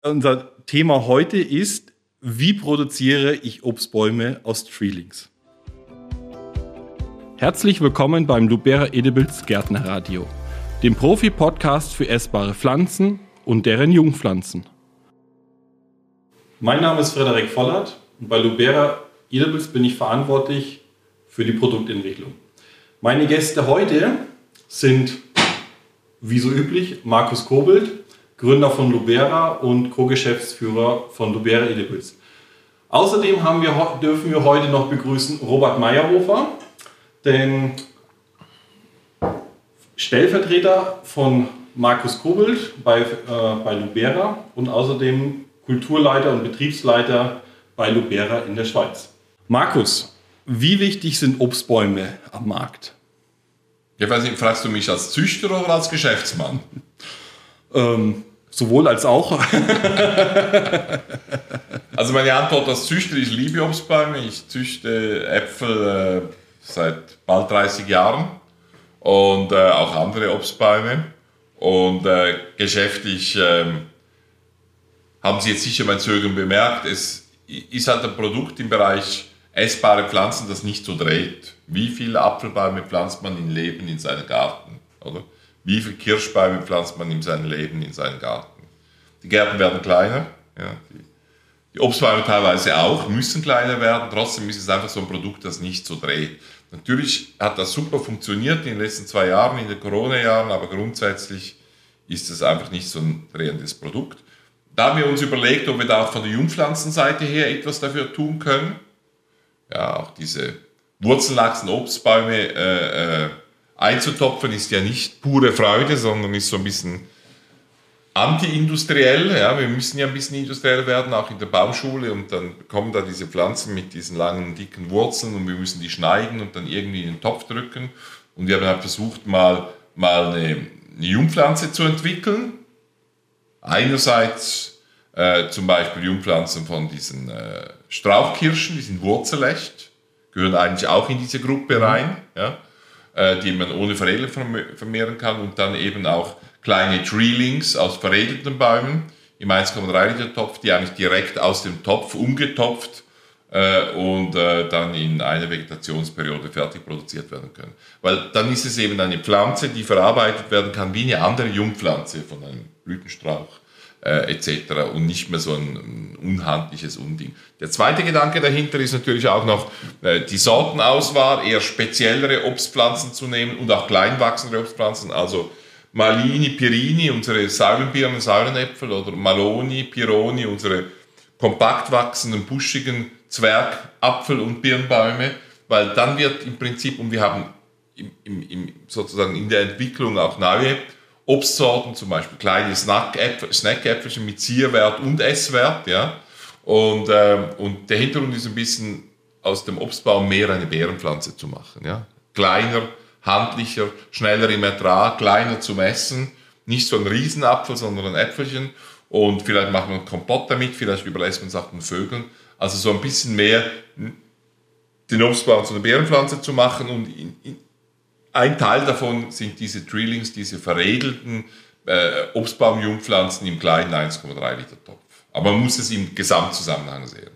Unser Thema heute ist, wie produziere ich Obstbäume aus Treelings? Herzlich willkommen beim Lubera Edibles Gärtnerradio, dem Profi-Podcast für essbare Pflanzen und deren Jungpflanzen. Mein Name ist Frederik Vollert und bei Lubera Edibles bin ich verantwortlich für die Produktentwicklung. Meine Gäste heute sind, wie so üblich, Markus Kobelt, Gründer von Lubera und Co-Geschäftsführer von Lubera Edibles. Außerdem dürfen wir heute noch begrüßen Robert Meyerhofer, den Stellvertreter von Markus Kobelt bei Lubera und außerdem Kulturleiter und Betriebsleiter bei Lubera in der Schweiz. Markus, wie wichtig sind Obstbäume am Markt? Ich weiß nicht, fragst du mich als Züchter oder als Geschäftsmann? Sowohl als auch. Also meine Antwort als Züchter, ich liebe Obstbäume. Ich züchte Äpfel seit bald 30 Jahren und auch andere Obstbäume. Und geschäftlich haben Sie jetzt sicher mein Zögern bemerkt, es ist halt ein Produkt im Bereich essbare Pflanzen, das nicht so dreht. Wie viele Apfelbäume pflanzt man im Leben in seinen Garten? Oder? Wie viele Kirschbäume pflanzt man in seinem Leben in seinen Garten? Die Gärten werden kleiner, ja, die Obstbäume teilweise auch, müssen kleiner werden, trotzdem ist es einfach so ein Produkt, das nicht so dreht. Natürlich hat das super funktioniert in den letzten 2 Jahren, in den Corona-Jahren, aber grundsätzlich ist es einfach nicht so ein drehendes Produkt. Da haben wir uns überlegt, ob wir da auch von der Jungpflanzenseite her etwas dafür tun können. Ja, auch diese wurzelnachsen Obstbäume einzutopfen ist ja nicht pure Freude, sondern ist so ein bisschen anti-industriell. Ja, wir müssen ja ein bisschen industriell werden, auch in der Baumschule, und dann kommen da diese Pflanzen mit diesen langen, dicken Wurzeln und wir müssen die schneiden und dann irgendwie in den Topf drücken. Und wir haben halt versucht, mal eine Jungpflanze zu entwickeln. Einerseits zum Beispiel Jungpflanzen von diesen Strauchkirschen, die sind wurzelecht, gehören eigentlich auch in diese Gruppe rein, ja, die man ohne Veredelung vermehren kann, und dann eben auch kleine Treelings aus veredelten Bäumen im 1,3 Liter Topf, die eigentlich direkt aus dem Topf umgetopft und dann in einer Vegetationsperiode fertig produziert werden können. Weil dann ist es eben eine Pflanze, die verarbeitet werden kann wie eine andere Jungpflanze von einem Blütenstrauch etc. und nicht mehr so ein unhandliches Unding. Der zweite Gedanke dahinter ist natürlich auch noch die Sortenauswahl, eher speziellere Obstpflanzen zu nehmen und auch kleinwachsende Obstpflanzen, also Malini, Pirini, unsere Säulenbirnen, Säulenäpfel, oder Maloni, Pironi, unsere kompakt wachsenden, buschigen Zwergapfel- und Birnbäume, weil dann wird im Prinzip, und wir haben sozusagen in der Entwicklung auch neue Obstsorten, zum Beispiel kleine Snackäpfelchen mit Zierwert und Esswert, ja. Und der Hintergrund ist ein bisschen, aus dem Obstbaum mehr eine Beerenpflanze zu machen, ja. Kleiner, handlicher, schneller im Ertrag, kleiner zum Essen, nicht so ein Riesenapfel, sondern ein Äpfelchen, und vielleicht macht man einen Kompott damit, vielleicht überlässt man es auch den Vögeln. Also so ein bisschen mehr den Obstbaum zu einer Beerenpflanze zu machen, und ein Teil davon sind diese Treelings, diese veredelten Obstbaumjungpflanzen im kleinen 1,3 Liter Topf. Aber man muss es im Gesamtzusammenhang sehen.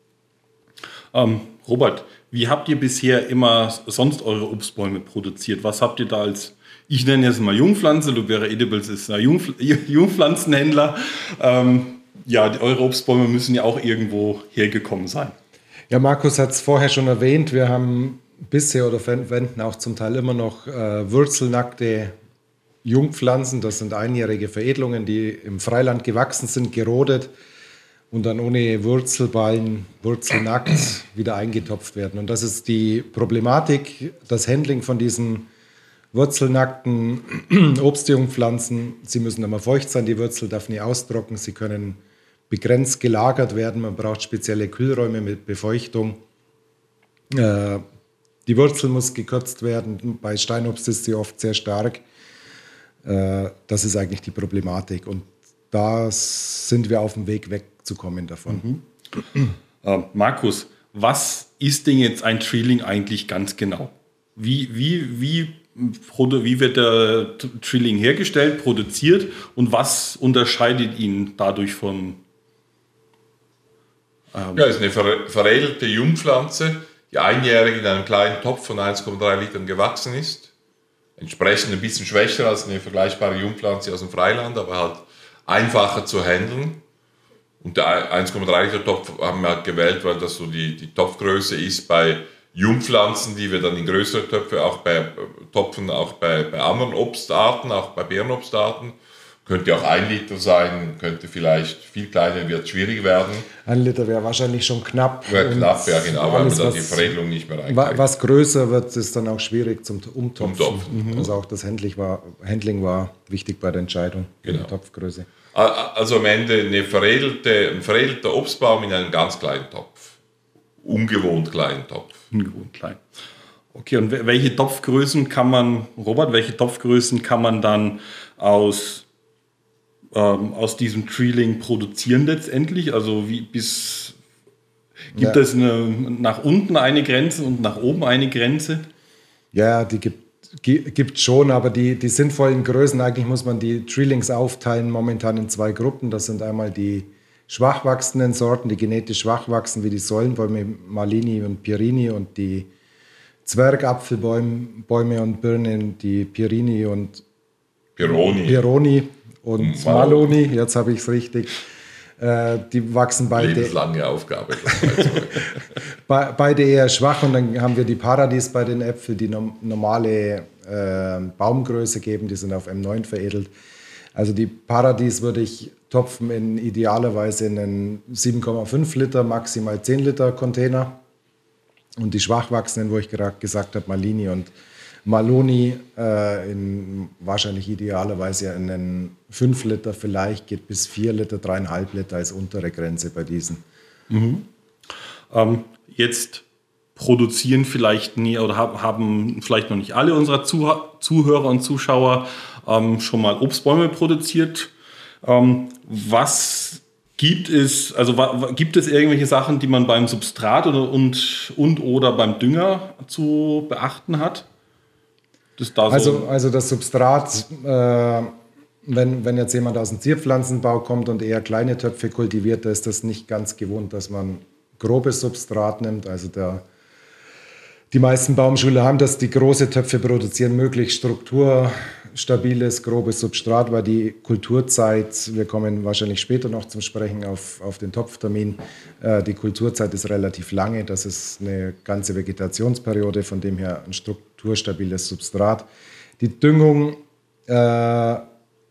Robert, wie habt ihr bisher immer sonst eure Obstbäume produziert? Was habt ihr da als, ich nenne es mal Jungpflanze, Lubera Edibles ist ein Jungpflanzenhändler. Eure Obstbäume müssen ja auch irgendwo hergekommen sein. Ja, Markus hat es vorher schon erwähnt, wir haben bisher oder verwenden auch zum Teil immer noch wurzelnackte Jungpflanzen. Das sind einjährige Veredelungen, die im Freiland gewachsen sind, gerodet und dann ohne Wurzelballen, wurzelnackt wieder eingetopft werden. Und das ist die Problematik, das Handling von diesen wurzelnackten Obstjungpflanzen. Sie müssen immer feucht sein, die Wurzel darf nie austrocknen, sie können begrenzt gelagert werden, man braucht spezielle Kühlräume mit Befeuchtung. Die Wurzel muss gekürzt werden, bei Steinobst ist sie oft sehr stark. Das ist eigentlich die Problematik, und da sind wir auf dem Weg wegzukommen davon. Markus, was ist denn jetzt ein Treeling eigentlich ganz genau? Wie wie wird der Trilling hergestellt, produziert und was unterscheidet ihn dadurch von... Ja, es ist eine veredelte Jungpflanze, die einjährig in einem kleinen Topf von 1,3 Litern gewachsen ist. Entsprechend ein bisschen schwächer als eine vergleichbare Jungpflanze aus dem Freiland, aber halt einfacher zu handeln. Und der 1,3 Liter Topf haben wir halt gewählt, weil das so die Topfgröße ist bei Jungpflanzen, die wir dann in größere Töpfe topfen, auch bei anderen Obstarten, auch bei Beerenobstarten. Könnte auch 1 Liter sein, könnte vielleicht viel kleiner, wird schwierig werden. 1 Liter wäre wahrscheinlich schon knapp. Wäre knapp, ja genau, weil man dann die Veredelung nicht mehr reinkriegt. Was größer wird, ist dann auch schwierig zum Umtopfen. Also auch das Handling war wichtig bei der Entscheidung genau. der Topfgröße. Also am Ende ein veredelter Obstbaum in einem ganz kleinen Topf. Ungewohnt kleinen Topf. Ungewohnt klein. Okay, und welche Topfgrößen kann man dann aus diesem Trilling produzieren letztendlich? Also gibt es nach unten eine Grenze und nach oben eine Grenze? Ja, die gibt schon, aber die sinnvollen Größen, eigentlich muss man die Trillings aufteilen momentan in 2 Gruppen. Das sind einmal die schwach wachsenden Sorten, die genetisch schwach wachsen, wie die Säulenbäume Malini und Pierini, und die Zwergapfelbäume und Birnen, die Pierini und Pironi und Maloni, jetzt habe ich es richtig. Die wachsen beide. Lebenslange Aufgabe. Beide eher schwach, und dann haben wir die Paradies bei den Äpfeln, die normale Baumgröße geben, die sind auf M9 veredelt. Also die Paradies würde ich topfen idealerweise in einen 7,5 Liter, maximal 10 Liter Container. Und die schwach wachsenden, wo ich gerade gesagt habe, Malini und Maloni, wahrscheinlich idealerweise in einen 5 Liter, vielleicht geht bis 4 Liter, 3,5 Liter als untere Grenze bei diesen. Jetzt produzieren vielleicht nie oder haben vielleicht noch nicht alle unserer Zuhörer und Zuschauer schon mal Obstbäume produziert. Was gibt es? Also gibt es irgendwelche Sachen, die man beim Substrat oder beim Dünger zu beachten hat? Also das Substrat, wenn jetzt jemand aus dem Zierpflanzenbau kommt und eher kleine Töpfe kultiviert, da ist das nicht ganz gewohnt, dass man grobes Substrat nimmt. Also die meisten Baumschule haben das, die große Töpfe produzieren möglichst strukturstabiles, grobes Substrat, weil die Kulturzeit, wir kommen wahrscheinlich später noch zum Sprechen auf den Topftermin, die Kulturzeit ist relativ lange, das ist eine ganze Vegetationsperiode, von dem her ein strukturstabiles Substrat. Die Düngung eher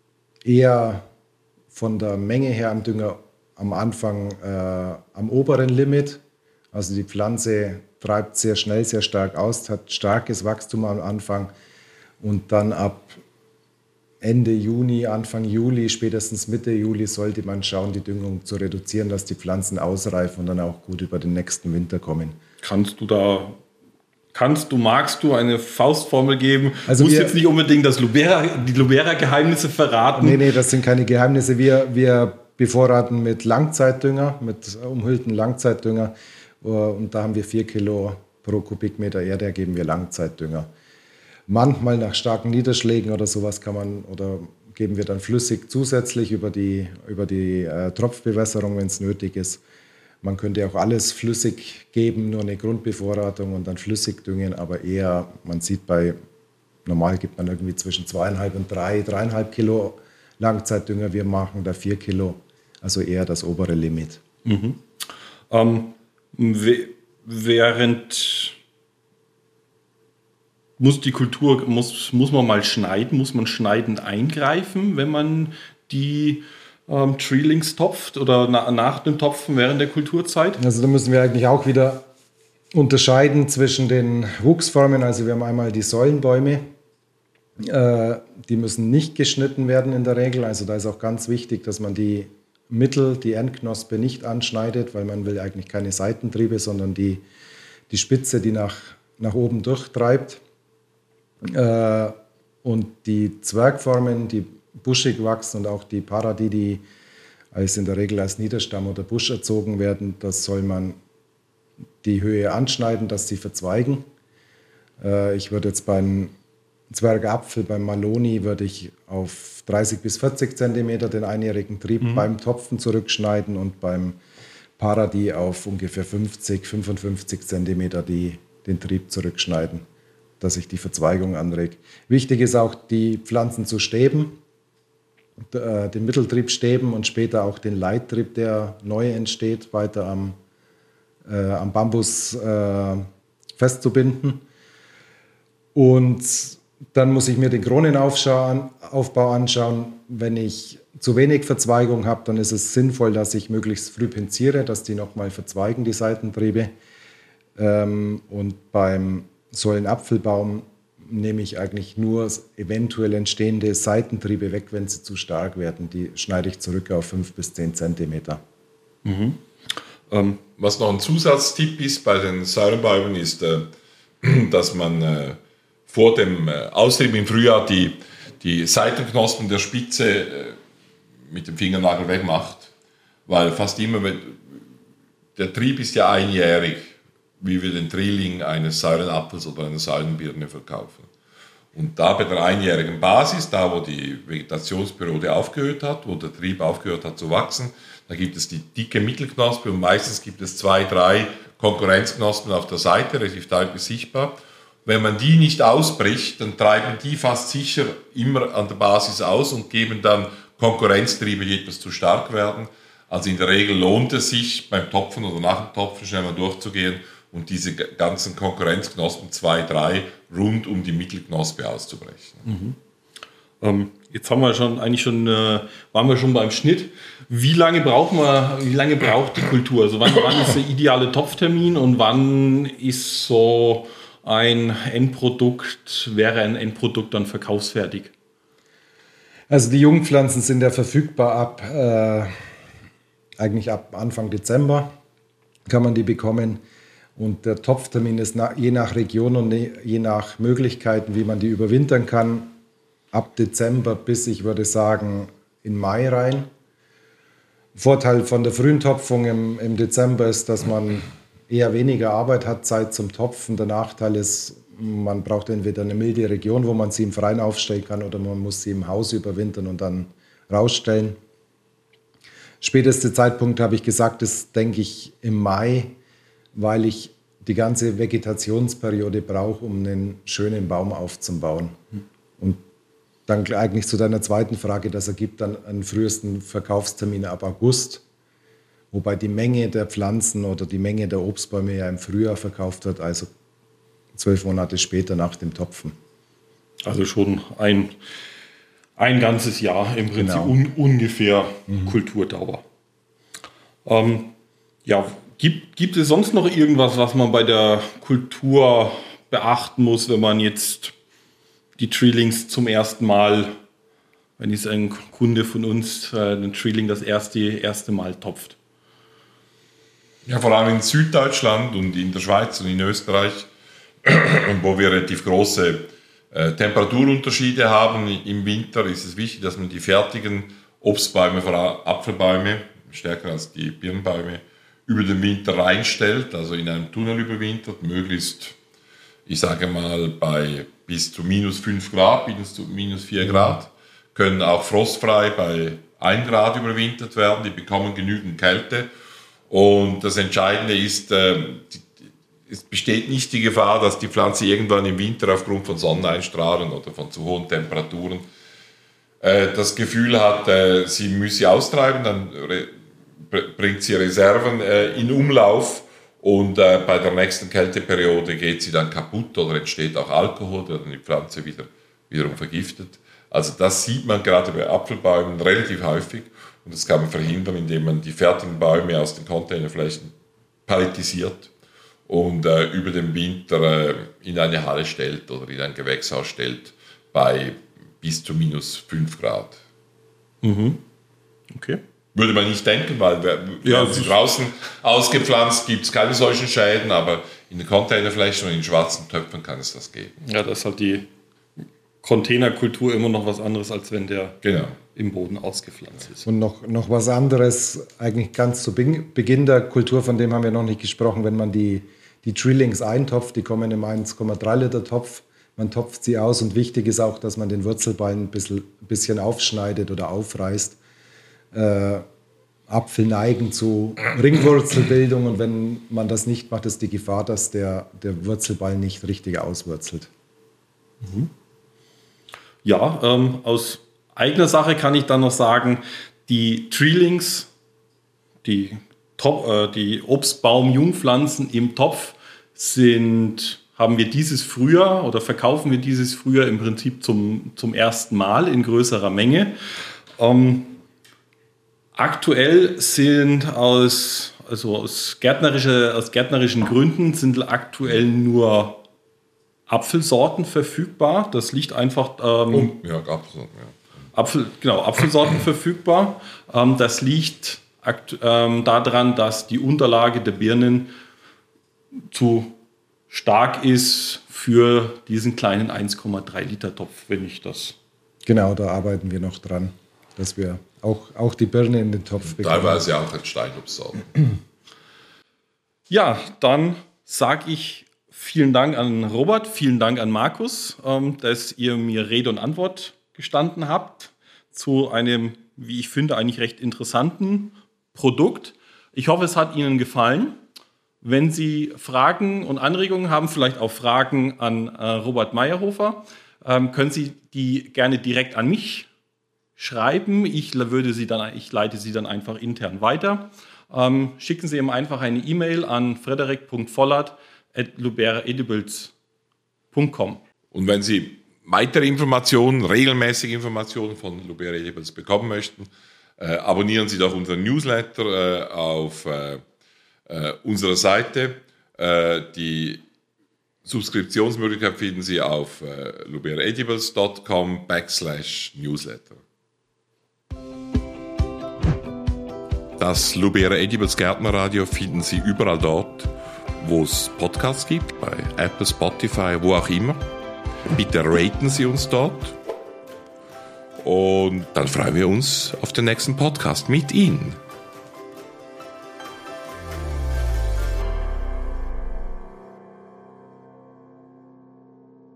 von der Menge her am Dünger am Anfang am oberen Limit, also die Pflanze treibt sehr schnell, sehr stark aus, hat starkes Wachstum am Anfang, und dann ab Ende Juni, Anfang Juli, spätestens Mitte Juli sollte man schauen, die Düngung zu reduzieren, dass die Pflanzen ausreifen und dann auch gut über den nächsten Winter kommen. Magst du eine Faustformel geben? Also musst jetzt nicht unbedingt die Lubera-Geheimnisse verraten. Nee, das sind keine Geheimnisse. Wir bevorraten mit Langzeitdünger, mit umhüllten Langzeitdünger. Und da haben wir 4 Kilo pro Kubikmeter Erde, geben wir Langzeitdünger. Manchmal nach starken Niederschlägen oder sowas geben wir dann flüssig zusätzlich über die Tropfbewässerung, wenn es nötig ist. Man könnte auch alles flüssig geben, nur eine Grundbevorratung und dann flüssig düngen, aber eher, man sieht normal gibt man irgendwie zwischen 2,5 und 3,5 Kilo Langzeitdünger. Wir machen da 4 Kilo, also eher das obere Limit. Muss man mal schneiden, muss man schneidend eingreifen, wenn man die Trillings topft oder nach dem Topfen während der Kulturzeit? Also da müssen wir eigentlich auch wieder unterscheiden zwischen den Wuchsformen. Also wir haben einmal die Säulenbäume, die müssen nicht geschnitten werden in der Regel. Also da ist auch ganz wichtig, dass man die Endknospe nicht anschneidet, weil man will eigentlich keine Seitentriebe, sondern die Spitze, die nach oben durchtreibt. Und die Zwergformen, die buschig wachsen, und auch die Paradis, die in der Regel als Niederstamm oder Busch erzogen werden, das soll man die Höhe anschneiden, dass sie verzweigen. Ich würde jetzt beim Zwergapfel beim Maloni würde ich auf 30 bis 40 Zentimeter den einjährigen Trieb beim Topfen zurückschneiden und beim Paradis auf ungefähr 50, 55 Zentimeter den Trieb zurückschneiden, dass ich die Verzweigung anrege. Wichtig ist auch, die Pflanzen zu stäben, den Mitteltrieb stäben und später auch den Leittrieb, der neu entsteht, weiter am Bambus festzubinden. Und dann muss ich mir den Kronenaufbau anschauen. Wenn ich zu wenig Verzweigung habe, dann ist es sinnvoll, dass ich möglichst früh pinziere, dass die nochmal verzweigen, die Seitentriebe. Und beim Säulenapfelbaum nehme ich eigentlich nur eventuell entstehende Seitentriebe weg, wenn sie zu stark werden. Die schneide ich zurück auf 5 bis 10 Zentimeter. Was noch ein Zusatztipp ist bei den Säulenbäumen ist, dass man vor dem Austrieb im Frühjahr die Seitenknospen der Spitze mit dem Fingernagel wegmacht, weil fast immer, der Trieb ist ja einjährig, wie wir den Drilling eines Säulenapfels oder einer Säulenbirne verkaufen. Und da bei der einjährigen Basis, da wo die Vegetationsperiode aufgehört hat, wo der Trieb aufgehört hat zu wachsen, da gibt es die dicke Mittelknospe und meistens gibt es 2, 3 Konkurrenzknospen auf der Seite, relativ deutlich sichtbar. Wenn man die nicht ausbricht, dann treiben die fast sicher immer an der Basis aus und geben dann Konkurrenztriebe, die etwas zu stark werden. Also in der Regel lohnt es sich, beim Topfen oder nach dem Topfen schnell mal durchzugehen und diese ganzen Konkurrenzknospen 2, 3 rund um die Mittelknospe auszubrechen. Jetzt haben wir waren wir schon beim Schnitt. Wie lange braucht die Kultur? Also wann ist der ideale Topftermin und wann ist wäre ein Endprodukt dann verkaufsfertig? Also die Jungpflanzen sind ja verfügbar eigentlich ab Anfang Dezember kann man die bekommen. Und der Topftermin ist je nach Region und je nach Möglichkeiten, wie man die überwintern kann, ab Dezember bis, ich würde sagen, in Mai rein. Vorteil von der frühen Topfung im Dezember ist, dass man eher weniger Arbeit hat, Zeit zum Topfen. Der Nachteil ist, man braucht entweder eine milde Region, wo man sie im Freien aufstellen kann, oder man muss sie im Haus überwintern und dann rausstellen. Spätester Zeitpunkt, habe ich gesagt, ist, denke ich, im Mai, weil ich die ganze Vegetationsperiode brauche, um einen schönen Baum aufzubauen. Und dann eigentlich zu deiner zweiten Frage, das ergibt dann einen frühesten Verkaufstermin ab August, wobei die Menge der Pflanzen oder die Menge der Obstbäume ja im Frühjahr verkauft wird, also 12 Monate später nach dem Topfen. Also schon ein ganzes Jahr im Prinzip, genau. Ungefähr Kulturdauer. Gibt es sonst noch irgendwas, was man bei der Kultur beachten muss, wenn man jetzt die Treelings zum ersten Mal, wenn jetzt ein Kunde von uns den Treeling das erste Mal topft? Ja, vor allem in Süddeutschland und in der Schweiz und in Österreich, wo wir relativ große Temperaturunterschiede haben im Winter, ist es wichtig, dass man die fertigen Obstbäume, vor allem Apfelbäume, stärker als die Birnbäume, über den Winter reinstellt, also in einem Tunnel überwintert, möglichst, ich sage mal, bei bis zu -5 Grad, bis zu -4 Grad, können auch frostfrei bei 1 Grad überwintert werden, die bekommen genügend Kälte. Und das Entscheidende ist, es besteht nicht die Gefahr, dass die Pflanze irgendwann im Winter aufgrund von Sonneneinstrahlen oder von zu hohen Temperaturen das Gefühl hat, sie müsse austreiben, dann bringt sie Reserven in Umlauf und bei der nächsten Kälteperiode geht sie dann kaputt oder entsteht auch Alkohol, der dann die Pflanze wiederum vergiftet. Also das sieht man gerade bei Apfelbäumen relativ häufig und das kann man verhindern, indem man die fertigen Bäume aus den Containerflächen palettisiert und über den Winter in eine Halle stellt oder in ein Gewächshaus stellt bei bis zu -5 Grad. Okay. Würde man nicht denken, weil sie draußen ausgepflanzt, gibt es keine solchen Schäden, aber in den Containerflächen und in schwarzen Töpfen kann es das geben. Ja, das ist halt die Containerkultur immer noch was anderes, als wenn der im Boden ausgepflanzt ist. Und noch was anderes, eigentlich ganz zu Beginn der Kultur, von dem haben wir noch nicht gesprochen, wenn man die Treelings eintopft, die kommen im 1,3 Liter Topf, man topft sie aus und wichtig ist auch, dass man den Wurzelballen ein bisschen aufschneidet oder aufreißt. Apfel neigen zu Ringwurzelbildung und wenn man das nicht macht, ist die Gefahr, dass der Wurzelball nicht richtig auswurzelt. Ja, aus eigener Sache kann ich dann noch sagen, die Treelings, die Obstbaum-Jungpflanzen im Topf haben wir dieses Frühjahr oder verkaufen wir dieses Frühjahr im Prinzip zum ersten Mal in größerer Menge. Aktuell sind aus gärtnerischen Gründen sind aktuell nur Apfelsorten verfügbar. Das liegt einfach Apfelsorten verfügbar. Das liegt daran, dass die Unterlage der Birnen zu stark ist für diesen kleinen 1,3 Liter Topf, wenn ich das. Genau, da arbeiten wir noch dran, dass wir auch die Birne in den Topf bekommen. Teilweise auch ein Steinobstsorten. Ja, dann sage ich vielen Dank an Robert, vielen Dank an Markus, dass ihr mir Rede und Antwort gestanden habt zu einem, wie ich finde, eigentlich recht interessanten Produkt. Ich hoffe, es hat Ihnen gefallen. Wenn Sie Fragen und Anregungen haben, vielleicht auch Fragen an Robert Meyerhofer, können Sie die gerne direkt an mich schreiben. Ich leite sie dann einfach intern weiter. Schicken Sie ihm einfach eine E-Mail an frederik.vollert@lubera-edibles.com. Und wenn Sie weitere Informationen, regelmäßige Informationen von Lubera Edibles bekommen möchten, abonnieren Sie doch unseren Newsletter auf unserer Seite. Die Subskriptionsmöglichkeit finden Sie auf luberaedibles.com/newsletter. Das Lubera Edibles Gärtnerradio finden Sie überall dort, wo es Podcasts gibt, bei Apple, Spotify, wo auch immer. Bitte raten Sie uns dort. Und dann freuen wir uns auf den nächsten Podcast mit Ihnen.